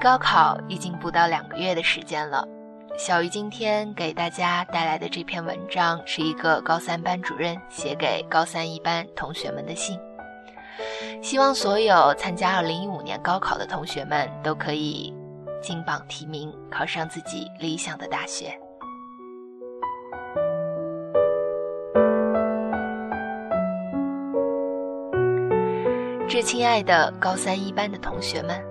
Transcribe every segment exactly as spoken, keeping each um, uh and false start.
高考已经不到两个月的时间了，小鱼今天给大家带来的这篇文章是一个高三班主任写给高三一班同学们的信，希望所有参加二零一五年高考的同学们都可以金榜题名，考上自己理想的大学。致亲爱的高三一班的同学们，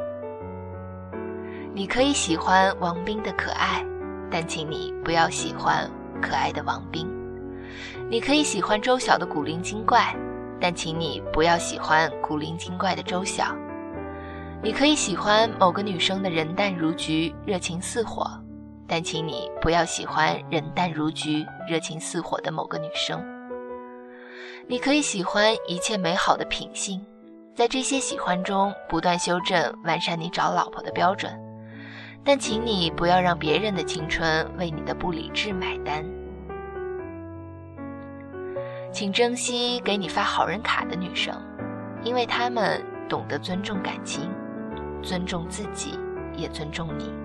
你可以喜欢王斌的可爱，但请你不要喜欢可爱的王斌。你可以喜欢周晓的古灵精怪，但请你不要喜欢古灵精怪的周晓。你可以喜欢某个女生的人淡如菊，热情似火，但请你不要喜欢人淡如菊，热情似火的某个女生。你可以喜欢一切美好的品性，在这些喜欢中不断修正完善你找老婆的标准，但请你不要让别人的青春为你的不理智买单。请珍惜给你发好人卡的女生，因为她们懂得尊重感情，尊重自己，也尊重你。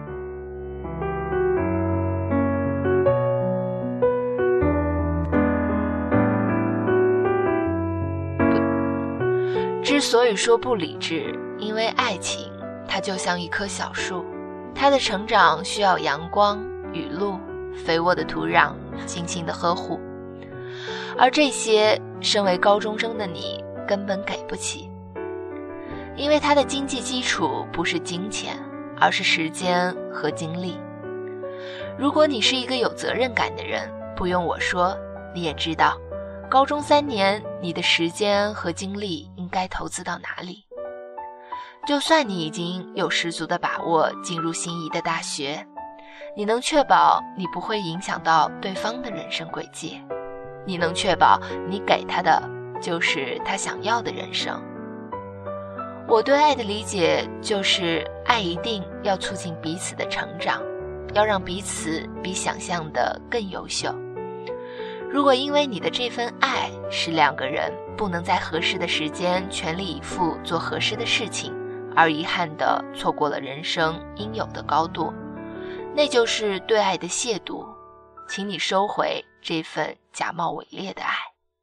之所以说不理智，因为爱情它就像一棵小树，它的成长需要阳光、雨露、肥沃的土壤、精心的呵护，而这些身为高中生的你根本给不起，因为它的经济基础不是金钱，而是时间和精力。如果你是一个有责任感的人，不用我说，你也知道高中三年你的时间和精力应该投资到哪里。就算你已经有十足的把握进入心仪的大学，你能确保你不会影响到对方的人生轨迹，你能确保你给他的就是他想要的人生。我对爱的理解就是，爱一定要促进彼此的成长，要让彼此比想象的更优秀。如果因为你的这份爱使两个人不能在合适的时间全力以赴做合适的事情，而遗憾地错过了人生应有的高度，那就是对爱的亵渎，请你收回这份假冒伪劣的爱。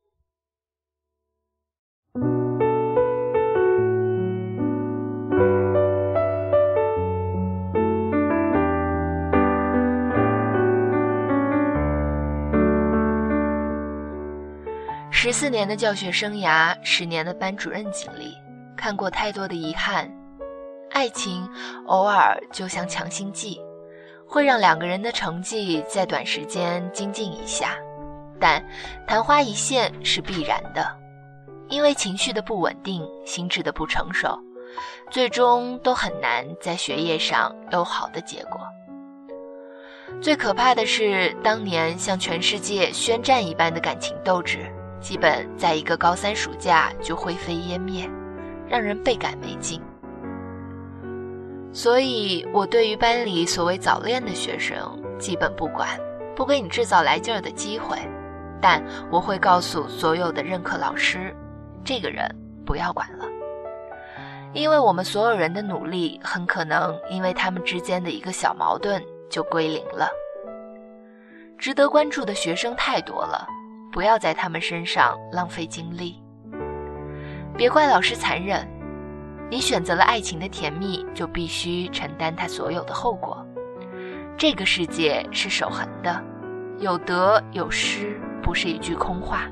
十四年的教学生涯，十年的班主任经历，看过太多的遗憾。爱情偶尔就像强心剂，会让两个人的成绩在短时间精进一下，但昙花一现是必然的，因为情绪的不稳定，心智的不成熟，最终都很难在学业上有好的结果。最可怕的是，当年向全世界宣战一般的感情斗志，基本在一个高三暑假就灰飞烟灭，让人倍感没劲。所以我对于班里所谓早恋的学生基本不管，不给你制造来劲儿的机会，但我会告诉所有的任课老师，这个人不要管了，因为我们所有人的努力很可能因为他们之间的一个小矛盾就归零了。值得关注的学生太多了，不要在他们身上浪费精力。别怪老师残忍，你选择了爱情的甜蜜，就必须承担它所有的后果。这个世界是守恒的，有得有失，不是一句空话。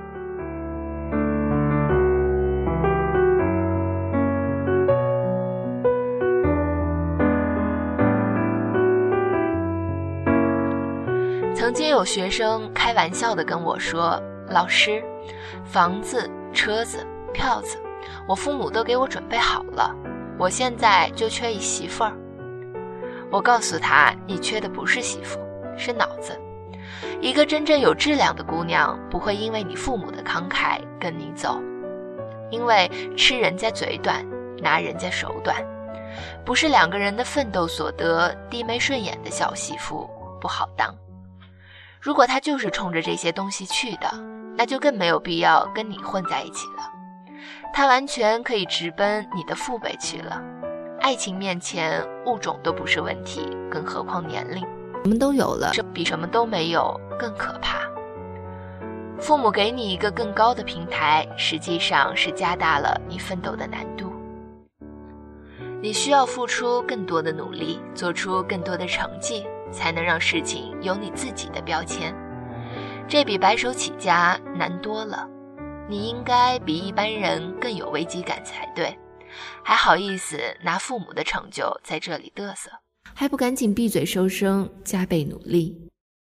曾经有学生开玩笑地跟我说，老师，房子、车子、票子我父母都给我准备好了，我现在就缺一媳妇儿。我告诉他，你缺的不是媳妇，是脑子。一个真正有质量的姑娘不会因为你父母的慷慨跟你走，因为吃人家嘴短，拿人家手短，不是两个人的奋斗所得，低眉顺眼的小媳妇不好当。如果她就是冲着这些东西去的，那就更没有必要跟你混在一起了。她完全可以直奔你的父辈去了。 爱情面前，物种都不是问题，更何况年龄。 什么都有了， 这比什么都没有更可怕。父母给你一个更高的平台，实际上是加大了你奋斗的难度。你需要付出更多的努力，做出更多的成绩，才能让事情有你自己的标签。这比白手起家难多了。你应该比一般人更有危机感才对，还好意思拿父母的成就在这里嘚瑟， 还不赶紧闭嘴收声，加倍努力。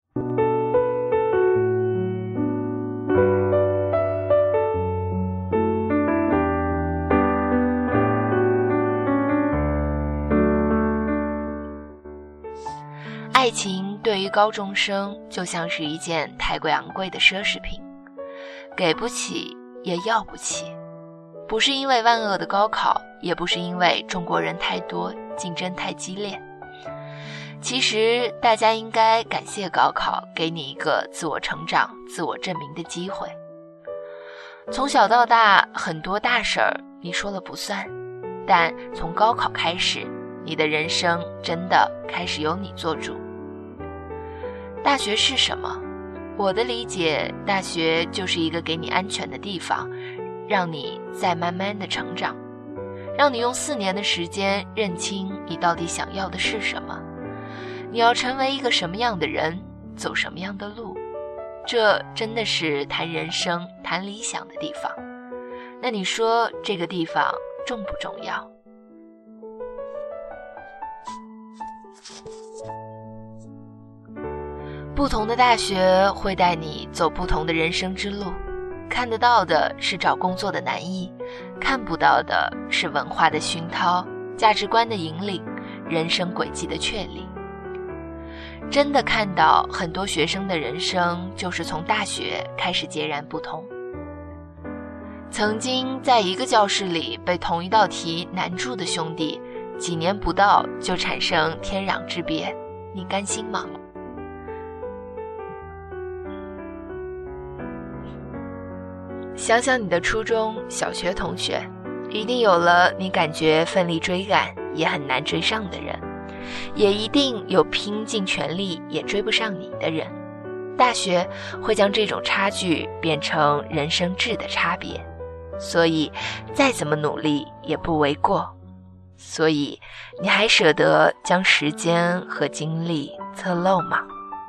爱情对于高中生就像是一件太过昂贵的奢侈品，给不起也要不起。不是因为万恶的高考，也不是因为中国人太多，竞争太激烈。其实大家应该感谢高考，给你一个自我成长、自我证明的机会。从小到大，很多大事儿你说了不算，但从高考开始，你的人生真的开始由你做主。大学是什么？我的理解，大学就是一个给你安全的地方，让你再慢慢的成长，让你用四年的时间认清你到底想要的是什么，你要成为一个什么样的人，走什么样的路。这真的是谈人生、谈理想的地方。那你说这个地方重不重要？不同的大学会带你走不同的人生之路，看得到的是找工作的难易，看不到的是文化的熏陶、价值观的引领、人生轨迹的确立。真的看到很多学生的人生就是从大学开始截然不同。曾经在一个教室里被同一道题难住的兄弟，几年不到就产生天壤之别，你甘心吗？想想你的初中小学同学，一定有了你感觉奋力追赶也很难追上的人，也一定有拼尽全力也追不上你的人。大学会将这种差距变成人生质的差别，所以再怎么努力也不为过。所以你还舍得将时间和精力侧漏吗？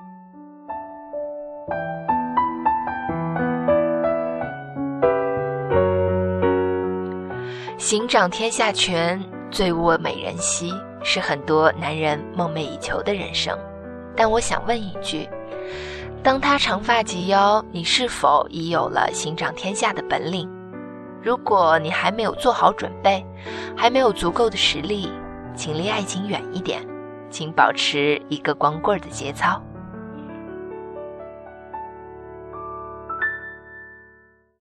行掌天下权，醉卧美人膝，是很多男人梦寐以求的人生。但我想问一句，当他长发及腰，你是否已有了行掌天下的本领？如果你还没有做好准备，还没有足够的实力，请离爱情远一点，请保持一个光棍的节操。